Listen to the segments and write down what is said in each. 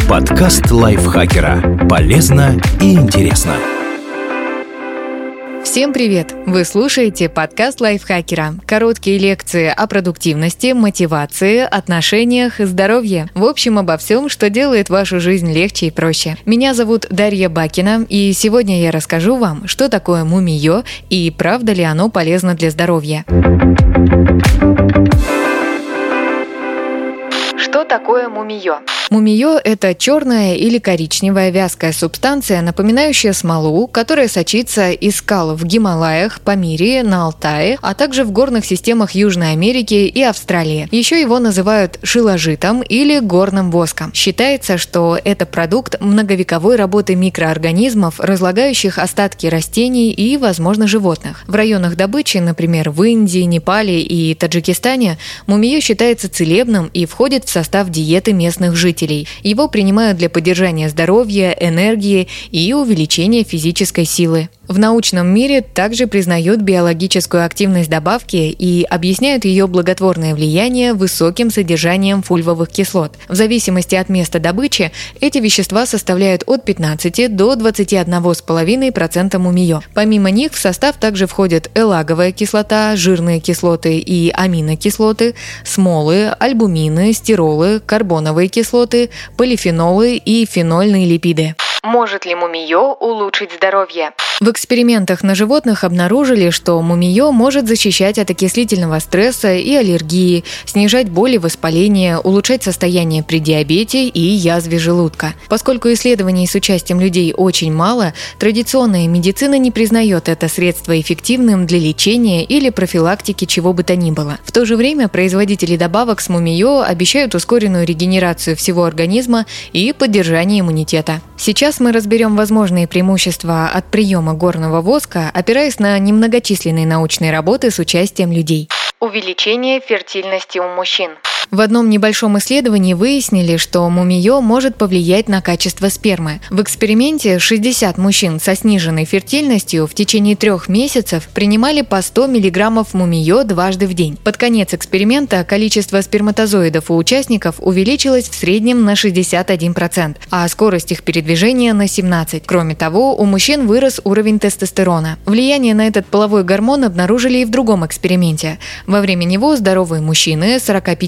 Подкаст лайфхакера. Полезно и интересно. Всем привет! Вы слушаете подкаст лайфхакера. Короткие лекции о продуктивности, мотивации, отношениях и здоровье. В общем, обо всем, что делает вашу жизнь легче и проще. Меня зовут Дарья Бакина, и сегодня я расскажу вам, что такое мумийо и правда ли оно полезно для здоровья. Что такое мумийо? Мумийо – это черная или коричневая вязкая субстанция, напоминающая смолу, которая сочится из скал в Гималаях, Памире, на Алтае, а также в горных системах Южной Америки и Австралии. Еще его называют шиложитом или горным воском. Считается, что это продукт многовековой работы микроорганизмов, разлагающих остатки растений и, возможно, животных. В районах добычи, например, в Индии, Непале и Таджикистане, мумийо считается целебным и входит в состав диеты местных жителей. Его принимают для поддержания здоровья, энергии и увеличения физической силы. В научном мире также признают биологическую активность добавки и объясняют ее благотворное влияние высоким содержанием фульвовых кислот. В зависимости от места добычи эти вещества составляют от 15 до 21,5% мумийо. Помимо них в состав также входят элаговая кислота, жирные кислоты и аминокислоты, смолы, альбумины, стиролы, карбоновые кислоты, полифенолы и фенольные липиды. Может ли мумийо улучшить здоровье? В экспериментах на животных обнаружили, что мумийо может защищать от окислительного стресса и аллергии, снижать боль и воспаление, улучшать состояние при диабете и язве желудка. Поскольку исследований с участием людей очень мало, традиционная медицина не признает это средство эффективным для лечения или профилактики чего бы то ни было. В то же время производители добавок с мумийо обещают ускоренную регенерацию всего организма и поддержание иммунитета. Сейчас мы разберем возможные преимущества от приема горного воска, опираясь на немногочисленные научные работы с участием людей. Увеличение фертильности у мужчин. В одном небольшом исследовании выяснили, что мумийо может повлиять на качество спермы. В эксперименте 60 мужчин со сниженной фертильностью в течение 3 месяцев принимали по 100 мг мумийо дважды в день. Под конец эксперимента количество сперматозоидов у участников увеличилось в среднем на 61%, а скорость их передвижения на 17%. Кроме того, у мужчин вырос уровень тестостерона. Влияние на этот половой гормон обнаружили и в другом эксперименте. Во время него здоровые мужчины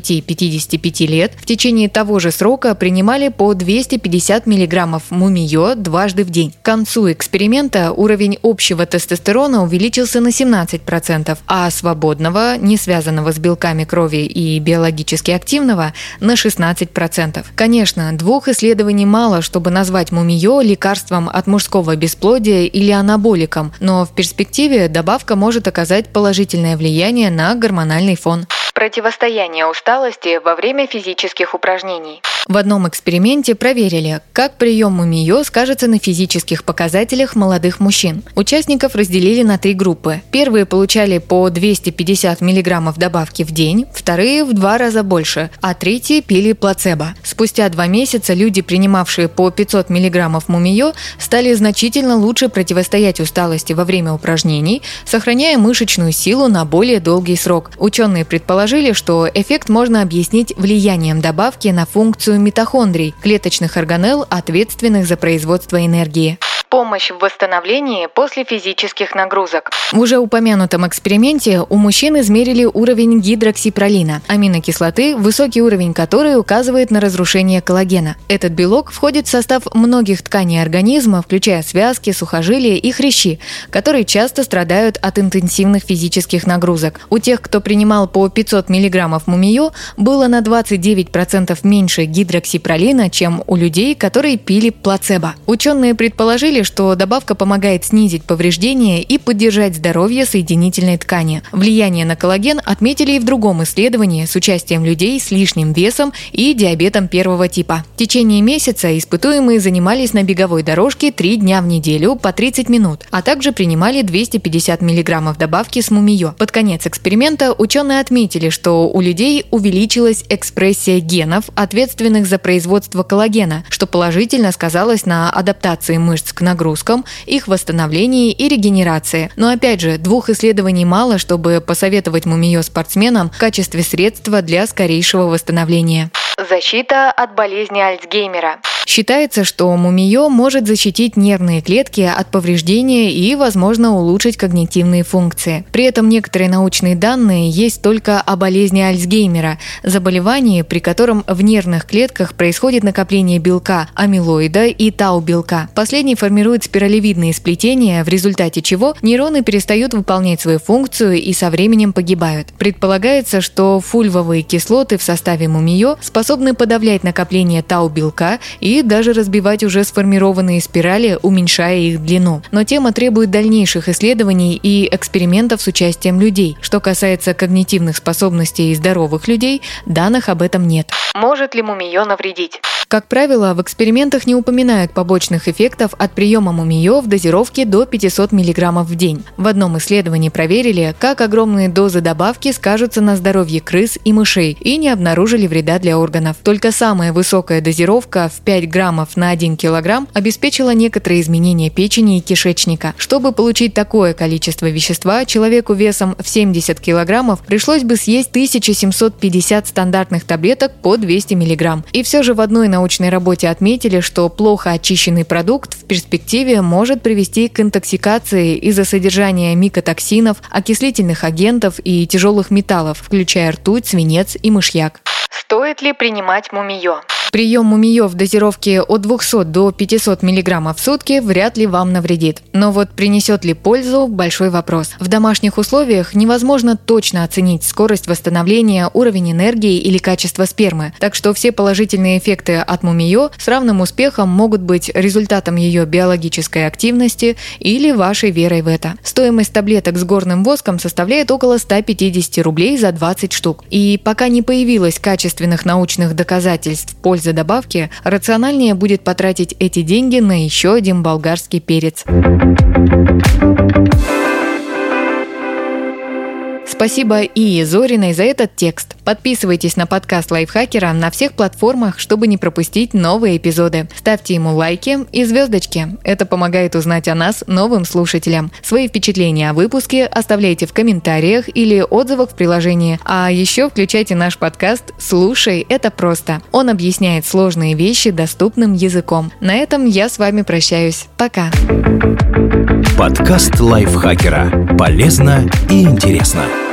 45-55 лет в течение того же срока принимали по 250 мг мумийо дважды в день. К концу эксперимента уровень общего тестостерона увеличился на 17%, а свободного, не связанного с белками крови и биологически активного, на 16%. Конечно, 2 исследований мало, чтобы назвать мумийо лекарством от мужского бесплодия или анаболиком, но в перспективе добавка может оказать положительное влияние на гормональный фон. Противостояние усталости во время физических упражнений. В одном эксперименте проверили, как прием мумийо скажется на физических показателях молодых мужчин. Участников разделили на 3 группы. Первые получали по 250 мг добавки в день, вторые в 2 раза больше, а третьи пили плацебо. Спустя 2 месяца люди, принимавшие по 500 мг мумийо, стали значительно лучше противостоять усталости во время упражнений, сохраняя мышечную силу на более долгий срок. Ученые предположили, что эффект можно объяснить влиянием добавки на функцию митохондрий, клеточных органелл, ответственных за производство энергии. Помощь в восстановлении после физических нагрузок. В уже упомянутом эксперименте у мужчин измерили уровень гидроксипролина, аминокислоты, высокий уровень которой указывает на разрушение коллагена. Этот белок входит в состав многих тканей организма, включая связки, сухожилия и хрящи, которые часто страдают от интенсивных физических нагрузок. У тех, кто принимал по 500 мг мумийо, было на 29% меньше гидроксипролина, чем у людей, которые пили плацебо. Ученые предположили, что добавка помогает снизить повреждения и поддержать здоровье соединительной ткани. Влияние на коллаген отметили и в другом исследовании с участием людей с лишним весом и диабетом 1 типа. В течение месяца испытуемые занимались на беговой дорожке 3 дня в неделю по 30 минут, а также принимали 250 мг добавки с мумийо. Под конец эксперимента ученые отметили, что у людей увеличилась экспрессия генов, ответственных за производство коллагена, что положительно сказалось на адаптации мышц к нагрузкам, их восстановлении и регенерации. Но опять же, 2 исследований мало, чтобы посоветовать мумийо спортсменам в качестве средства для скорейшего восстановления. Защита от болезни Альцгеймера. Считается, что мумиё может защитить нервные клетки от повреждения и, возможно, улучшить когнитивные функции. При этом некоторые научные данные есть только о болезни Альцгеймера, заболевании, при котором в нервных клетках происходит накопление белка амилоида и тау-белка. Последний формирует спиралевидные сплетения, в результате чего нейроны перестают выполнять свою функцию и со временем погибают. Предполагается, что фульвовые кислоты в составе мумиё способны подавлять накопление тау-белка и даже разбивать уже сформированные спирали, уменьшая их длину. Но тема требует дальнейших исследований и экспериментов с участием людей. Что касается когнитивных способностей здоровых людей, данных об этом нет. Может ли мумиё навредить? Как правило, в экспериментах не упоминают побочных эффектов от приема мумиё в дозировке до 500 мг в день. В одном исследовании проверили, как огромные дозы добавки скажутся на здоровье крыс и мышей, и не обнаружили вреда для органов. Только самая высокая дозировка в 5 граммов на 1 килограмм обеспечила некоторые изменения печени и кишечника. Чтобы получить такое количество вещества, человеку весом в 70 килограммов пришлось бы съесть 1750 стандартных таблеток по 200 мг. И все же в одной научной работе отметили, что плохо очищенный продукт в перспективе может привести к интоксикации из-за содержания микотоксинов, окислительных агентов и тяжелых металлов, включая ртуть, свинец и мышьяк. Стоит ли принимать мумиё? Прием мумиё в дозировке от 200 до 500 мг в сутки вряд ли вам навредит. Но вот принесет ли пользу – большой вопрос. В домашних условиях невозможно точно оценить скорость восстановления, уровень энергии или качество спермы. Так что все положительные эффекты от мумиё с равным успехом могут быть результатом ее биологической активности или вашей верой в это. Стоимость таблеток с горным воском составляет около 150 рублей за 20 штук. И пока не появилось качественных научных доказательств пользы добавки, рациональнее будет потратить эти деньги на еще один болгарский перец. Спасибо Ие Зориной за этот текст. Подписывайтесь на подкаст Лайфхакера на всех платформах, чтобы не пропустить новые эпизоды. Ставьте ему лайки и звездочки. Это помогает узнать о нас новым слушателям. Свои впечатления о выпуске оставляйте в комментариях или отзывах в приложении. А еще включайте наш подкаст «Слушай, это просто». Он объясняет сложные вещи доступным языком. На этом я с вами прощаюсь. Пока. Подкаст Лайфхакера. Полезно и интересно.